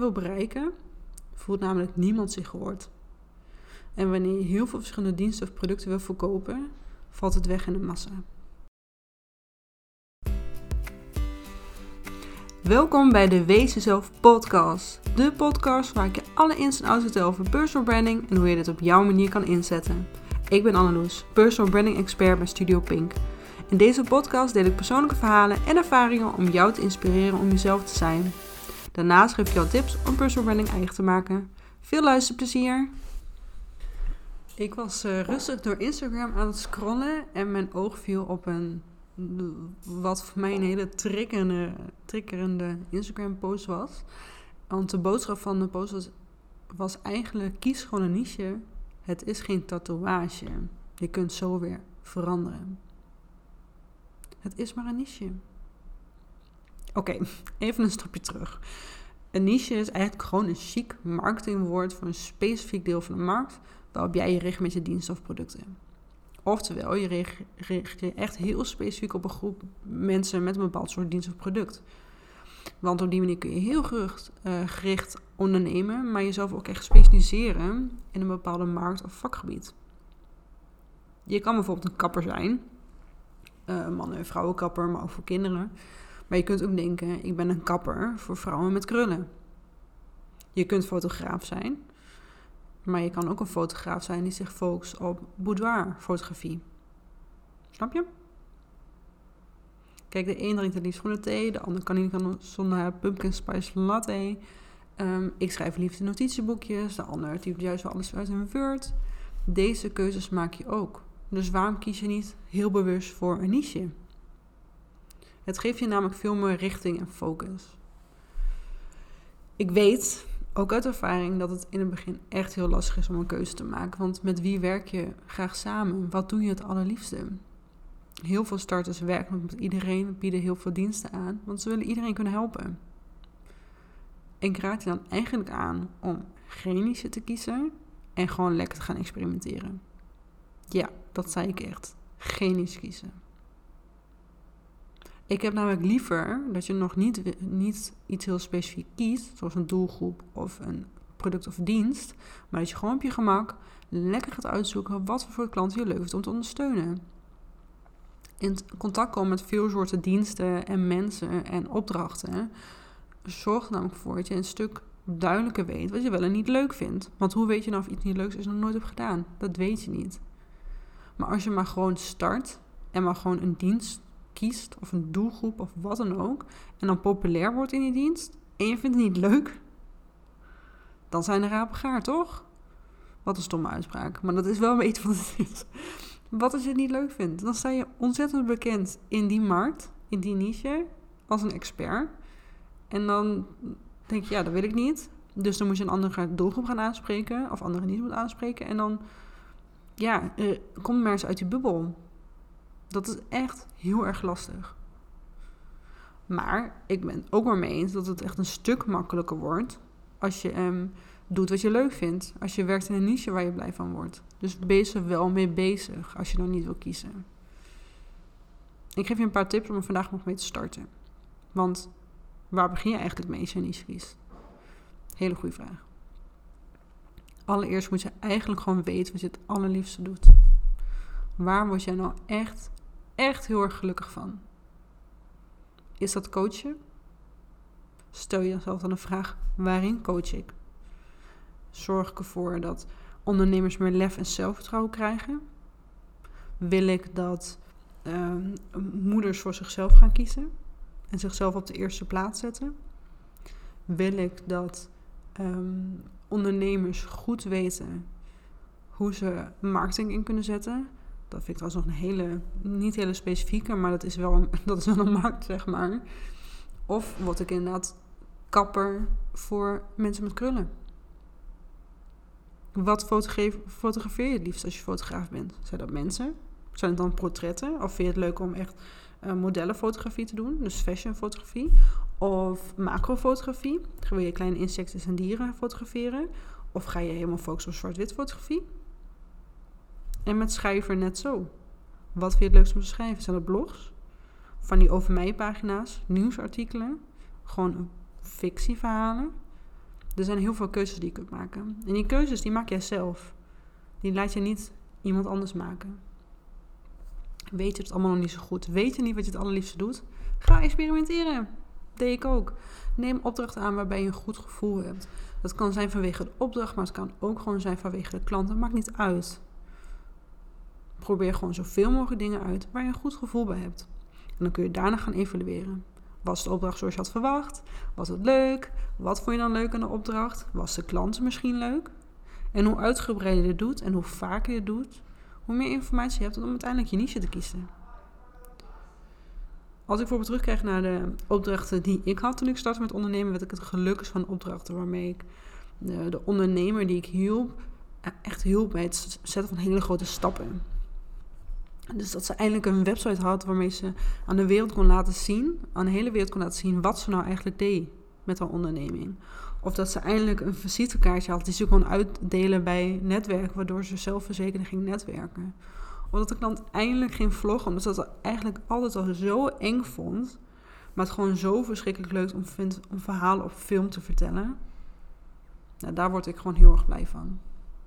wil bereiken, voelt namelijk niemand zich gehoord. En wanneer je heel veel verschillende diensten of producten wil verkopen, valt het weg in de massa. Welkom bij de Wees Jezelf podcast. De podcast waar ik je alle ins en outs vertel over personal branding en hoe je dit op jouw manier kan inzetten. Ik ben Anneloes, personal branding expert bij Studio Pink. In deze podcast deel ik persoonlijke verhalen en ervaringen om jou te inspireren om jezelf te zijn. Daarnaast geef ik jou tips om personal branding eigen te maken. Veel luisterplezier! Ik was rustig door Instagram aan het scrollen en mijn oog viel op wat voor mij een hele triggerende Instagram post was. Want de boodschap van de post was eigenlijk: kies gewoon een niche. Het is geen tatoeage. Je kunt zo weer veranderen. Het is maar een niche. Oké, even een stapje terug. Een niche is eigenlijk gewoon een chic marketingwoord voor een specifiek deel van de markt waarop jij je richt met je diensten of producten. Oftewel, je richt je echt heel specifiek op een groep mensen met een bepaald soort dienst of product. Want op die manier kun je heel gericht ondernemen, maar jezelf ook echt specialiseren in een bepaalde markt of vakgebied. Je kan bijvoorbeeld een kapper zijn, mannen- en vrouwenkapper, maar ook voor kinderen. Maar je kunt ook denken, ik ben een kapper voor vrouwen met krullen. Je kunt fotograaf zijn, maar je kan ook een fotograaf zijn die zich focust op boudoirfotografie. Snap je? Kijk, de een drinkt het liefst groene thee, de ander kan niet zonder pumpkin spice latte. Ik schrijf liefst in notitieboekjes, de ander typt juist wel alles uit in Word. Deze keuzes maak je ook. Dus waarom kies je niet heel bewust voor een niche? Het geeft je namelijk veel meer richting en focus. Ik weet, ook uit ervaring, dat het in het begin echt heel lastig is om een keuze te maken. Want met wie werk je graag samen? Wat doe je het allerliefste? Heel veel starters werken met iedereen, bieden heel veel diensten aan, want ze willen iedereen kunnen helpen. Ik raad je dan eigenlijk aan om geen niche te kiezen en gewoon lekker te gaan experimenteren. Ja, dat zei ik echt. Geen niche kiezen. Ik heb namelijk liever dat je nog niet iets heel specifiek kiest, zoals een doelgroep of een product of dienst, maar dat je gewoon op je gemak lekker gaat uitzoeken wat voor klanten je leuk vindt om te ondersteunen. In contact komen met veel soorten diensten en mensen en opdrachten zorgt er namelijk voor dat je een stuk duidelijker weet wat je wel en niet leuk vindt. Want hoe weet je nou of iets niet leuk is nog nooit hebt gedaan? Dat weet je niet. Maar als je maar gewoon start en maar gewoon een dienst kiest of een doelgroep of wat dan ook en dan populair wordt in die dienst en je vindt het niet leuk, dan zijn de rapen gaar, toch? Wat een stomme uitspraak, maar dat is wel een beetje wat het is. Wat als je het niet leuk vindt? Dan sta je ontzettend bekend in die markt, in die niche, als een expert. En dan denk je, ja, dat wil ik niet. Dus dan moet je een andere doelgroep gaan aanspreken of andere niche moet aanspreken. En dan, ja, kom maar eens uit die bubbel. Dat is echt heel erg lastig. Maar ik ben het ook maar mee eens dat het echt een stuk makkelijker wordt als je doet wat je leuk vindt. Als je werkt in een niche waar je blij van wordt. Dus wees er wel mee bezig als je dan niet wil kiezen. Ik geef je een paar tips om er vandaag nog mee te starten. Want waar begin je eigenlijk mee als je een niche kiest? Hele goede vraag. Allereerst moet je eigenlijk gewoon weten wat je het allerliefste doet. Waar word jij nou echt heel erg gelukkig van? Is dat coachen? Stel jezelf dan de vraag, waarin coach ik? Zorg ik ervoor dat ondernemers meer lef en zelfvertrouwen krijgen? Wil ik dat moeders voor zichzelf gaan kiezen en zichzelf op de eerste plaats zetten? Wil ik dat ondernemers goed weten hoe ze marketing in kunnen zetten? Dat vind ik trouwens nog niet hele specifieke, maar dat is wel een markt, zeg maar. Of word ik inderdaad kapper voor mensen met krullen? Wat fotografeer je het liefst als je fotograaf bent? Zijn dat mensen? Zijn het dan portretten? Of vind je het leuk om echt modellenfotografie te doen? Dus fashionfotografie. Of macrofotografie? Wil je kleine insecten en dieren fotograferen? Of ga je helemaal focussen op zwart-wit fotografie? En met schrijver net zo. Wat vind je het leukst om te schrijven? Zijn dat blogs? Van die over mij pagina's? Nieuwsartikelen? Gewoon fictieverhalen? Er zijn heel veel keuzes die je kunt maken. En die keuzes die maak jij zelf. Die laat je niet iemand anders maken. Weet je het allemaal nog niet zo goed? Weet je niet wat je het allerliefste doet? Ga experimenteren. Deed ik ook. Neem opdrachten aan waarbij je een goed gevoel hebt. Dat kan zijn vanwege de opdracht, maar het kan ook gewoon zijn vanwege de klant. Dat maakt niet uit. Probeer gewoon zoveel mogelijk dingen uit waar je een goed gevoel bij hebt. En dan kun je daarna gaan evalueren. Was de opdracht zoals je had verwacht? Was het leuk? Wat vond je dan leuk aan de opdracht? Was de klant misschien leuk? En hoe uitgebreider je het doet en hoe vaker je het doet, hoe meer informatie je hebt om uiteindelijk je niche te kiezen. Als ik bijvoorbeeld terugkijk naar de opdrachten die ik had toen ik startte met ondernemen, werd ik het gelukkigst van de opdrachten waarmee ik de ondernemer die ik hielp, echt hielp bij het zetten van hele grote stappen. Dus dat ze eindelijk een website had waarmee ze aan de wereld kon laten zien, aan de hele wereld kon laten zien wat ze nou eigenlijk deed met haar onderneming. Of dat ze eindelijk een visitekaartje had die ze kon uitdelen bij netwerken, waardoor ze zelfverzekerd ging netwerken. Of dat de klant eindelijk ging vloggen, omdat ze dat eigenlijk altijd al zo eng vond, maar het gewoon zo verschrikkelijk leuk om verhalen op film te vertellen. Nou, daar word ik gewoon heel erg blij van.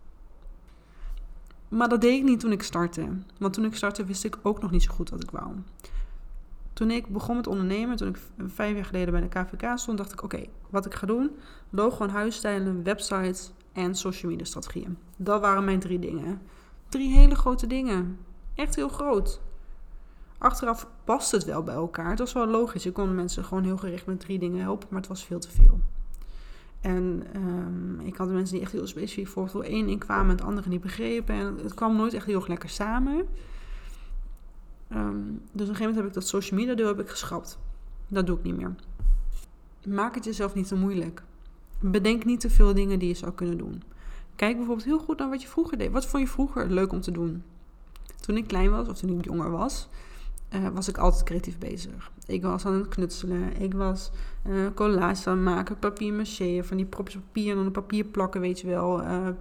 Maar dat deed ik niet toen ik startte. Want toen ik startte wist ik ook nog niet zo goed wat ik wou. Toen ik begon met ondernemen, toen ik 5 jaar geleden bij de KVK stond, dacht ik, oké, wat ik ga doen, logo en huisstijlen, websites en social media strategieën. Dat waren mijn 3 dingen. 3 hele grote dingen. Echt heel groot. Achteraf past het wel bij elkaar. Het was wel logisch. Je kon mensen gewoon heel gericht met 3 dingen helpen, maar het was veel te veel. En ik had mensen die echt heel specifiek voor één inkwamen en het andere niet begrepen. En het kwam nooit echt heel erg lekker samen. Dus op een gegeven moment heb ik dat social media deel geschrapt. Dat doe ik niet meer. Maak het jezelf niet te moeilijk. Bedenk niet te veel dingen die je zou kunnen doen. Kijk bijvoorbeeld heel goed naar wat je vroeger deed. Wat vond je vroeger leuk om te doen? Toen ik klein was of toen ik jonger was, was ik altijd creatief bezig. Ik was aan het knutselen. Ik was collages aan het maken, papier maché, van die propjes papier en dan papier plakken, weet je wel.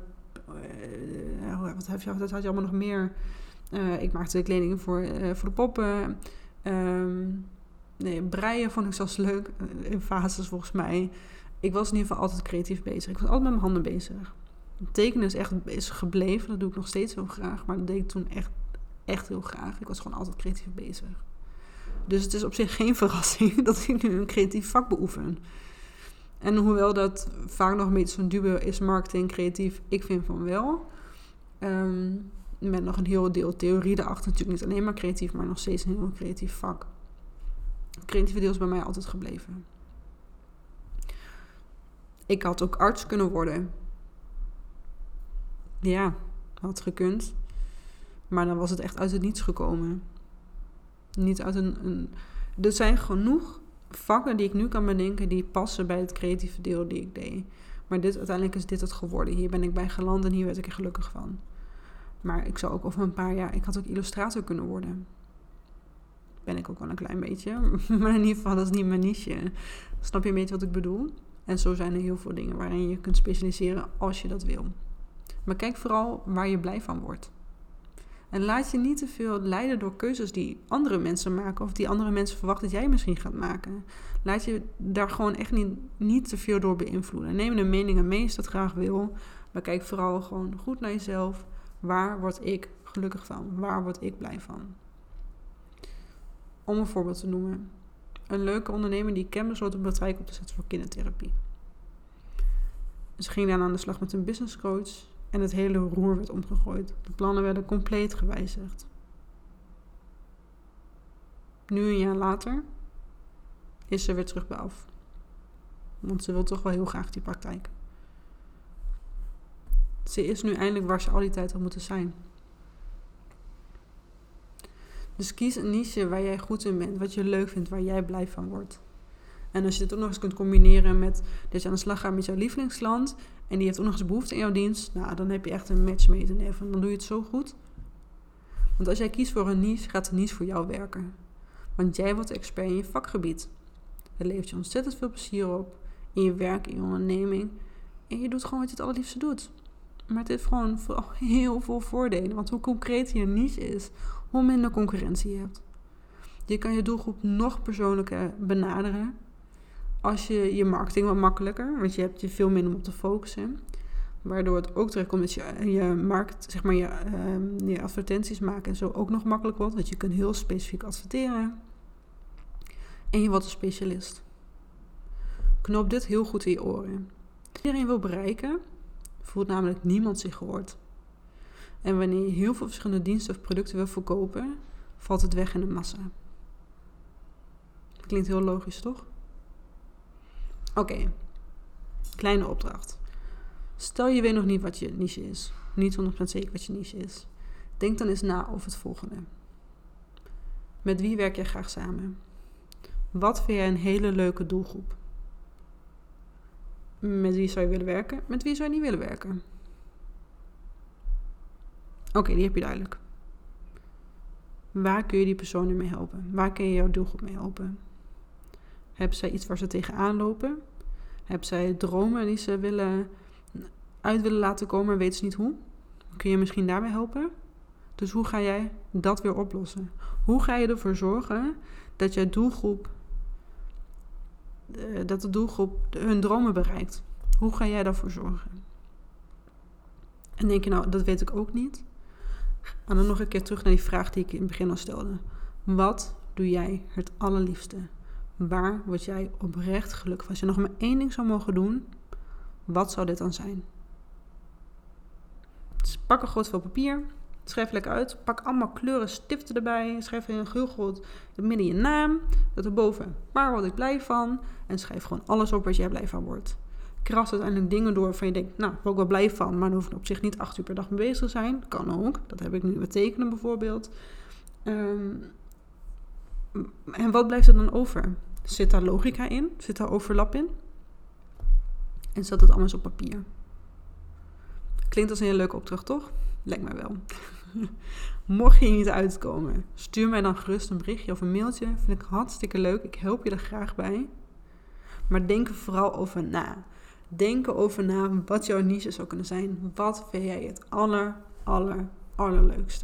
Wat had je allemaal nog meer? Ik maakte kledingen voor de poppen. Breien vond ik zelfs leuk. In fases volgens mij. Ik was in ieder geval altijd creatief bezig. Ik was altijd met mijn handen bezig. Tekenen is echt gebleven. Dat doe ik nog steeds heel graag. Maar dat deed ik toen echt heel graag. Ik was gewoon altijd creatief bezig. Dus het is op zich geen verrassing dat ik nu een creatief vak beoefen. En hoewel dat vaak nog een beetje zo'n dubio is, marketing, creatief, ik vind van wel. Met nog een heel deel theorie erachter. Natuurlijk niet alleen maar creatief, maar nog steeds een heel creatief vak. Het creatieve deel is bij mij altijd gebleven. Ik had ook arts kunnen worden. Ja, had gekund. Maar dan was het echt uit het niets gekomen. Niet uit Er zijn genoeg vakken die ik nu kan bedenken die passen bij het creatieve deel die ik deed. Maar uiteindelijk is dit het geworden. Hier ben ik bij geland en hier werd ik er gelukkig van. Maar ik zou ook over een paar jaar... Ik had ook illustrator kunnen worden. Ben ik ook wel een klein beetje. Maar in ieder geval, dat is niet mijn niche. Snap je een beetje wat ik bedoel? En zo zijn er heel veel dingen waarin je kunt specialiseren als je dat wil. Maar kijk vooral waar je blij van wordt. En laat je niet te veel leiden door keuzes die andere mensen maken. Of die andere mensen verwachten dat jij misschien gaat maken. Laat je daar gewoon echt niet te veel door beïnvloeden. Neem de meningen mee als je dat graag wil. Maar kijk vooral gewoon goed naar jezelf. Waar word ik gelukkig van? Waar word ik blij van? Om een voorbeeld te noemen. Een leuke ondernemer die ik ken besloot een praktijk op te zetten voor kindertherapie. Ze ging daarna aan de slag met een business coach. En het hele roer werd omgegooid. De plannen werden compleet gewijzigd. Nu een jaar later is ze weer terug bij af. Want ze wil toch wel heel graag die praktijk. Ze is nu eindelijk waar ze al die tijd had moeten zijn. Dus kies een niche waar jij goed in bent. Wat je leuk vindt, waar jij blij van wordt. En als je dit ook nog eens kunt combineren met dat je aan de slag gaat met jouw lievelingsklant. En die heeft ook nog eens behoefte aan jouw dienst. Nou, dan heb je echt een match mee te nemen. Dan doe je het zo goed. Want als jij kiest voor een niche, gaat de niche voor jou werken. Want jij wordt expert in je vakgebied. Dat levert je ontzettend veel plezier op. In je werk, in je onderneming. En je doet gewoon wat je het allerliefste doet. Maar het heeft gewoon vooral heel veel voordelen. Want hoe concreter je niche is, hoe minder concurrentie je hebt. Je kan je doelgroep nog persoonlijker benaderen. als je marketing wat makkelijker, want je hebt je veel minder om te focusen. Waardoor het ook terechtkomt dat je markt, zeg maar je advertenties maken en zo ook nog makkelijk wordt. Want je kunt heel specifiek adverteren. En je wordt een specialist. Knoop dit heel goed in je oren. Als iedereen wil bereiken, voelt namelijk niemand zich gehoord. En wanneer je heel veel verschillende diensten of producten wil verkopen, valt het weg in de massa. Dat klinkt heel logisch, toch? Oké, kleine opdracht. Stel je weet nog niet wat je niche is. Niet 100% zeker wat je niche is. Denk dan eens na over het volgende. Met wie werk jij graag samen? Wat vind jij een hele leuke doelgroep? Met wie zou je willen werken? Met wie zou je niet willen werken? Oké, die heb je duidelijk. Waar kun je die persoon mee helpen? Waar kun je jouw doelgroep mee helpen? Hebben zij iets waar ze tegenaan lopen? Hebben zij dromen die ze uit willen laten komen en weten ze niet hoe? Kun je misschien daarbij helpen? Dus hoe ga jij dat weer oplossen? Hoe ga je ervoor zorgen dat de doelgroep hun dromen bereikt? Hoe ga jij daarvoor zorgen? En denk je nou, dat weet ik ook niet? En dan nog een keer terug naar die vraag die ik in het begin al stelde. Wat doe jij het allerliefste? Waar word jij oprecht gelukkig? Als je nog maar 1 ding zou mogen doen, wat zou dit dan zijn? Dus pak een groot vel papier, schrijf lekker uit, pak allemaal kleuren, stiften erbij, schrijf heel groot midden je naam, dat erboven, waar word ik blij van? En schrijf gewoon alles op waar jij blij van wordt. Kras uiteindelijk dingen door waarvan je denkt, nou, daar word ik wel blij van, maar dan hoef ik op zich niet 8 uur per dag mee bezig te zijn. Kan ook, dat heb ik nu met tekenen bijvoorbeeld. En wat blijft er dan over? Zit daar logica in? Zit daar overlap in? En zet het allemaal eens op papier. Klinkt als een hele leuke opdracht, toch? Lijkt mij wel. Mocht je hier niet uitkomen, stuur mij dan gerust een berichtje of een mailtje. Vind ik hartstikke leuk. Ik help je er graag bij. Maar denk er vooral over na. Denk erover na wat jouw niche zou kunnen zijn. Wat vind jij het allerleukste?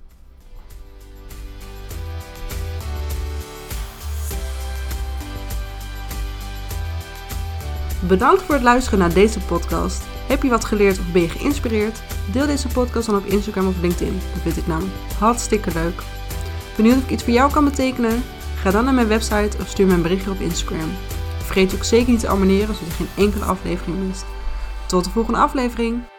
Bedankt voor het luisteren naar deze podcast. Heb je wat geleerd of ben je geïnspireerd? Deel deze podcast dan op Instagram of LinkedIn. Dat vind ik namelijk hartstikke leuk. Benieuwd of ik iets voor jou kan betekenen? Ga dan naar mijn website of stuur me een berichtje op Instagram. Vergeet ook zeker niet te abonneren zodat je geen enkele aflevering mist. Tot de volgende aflevering!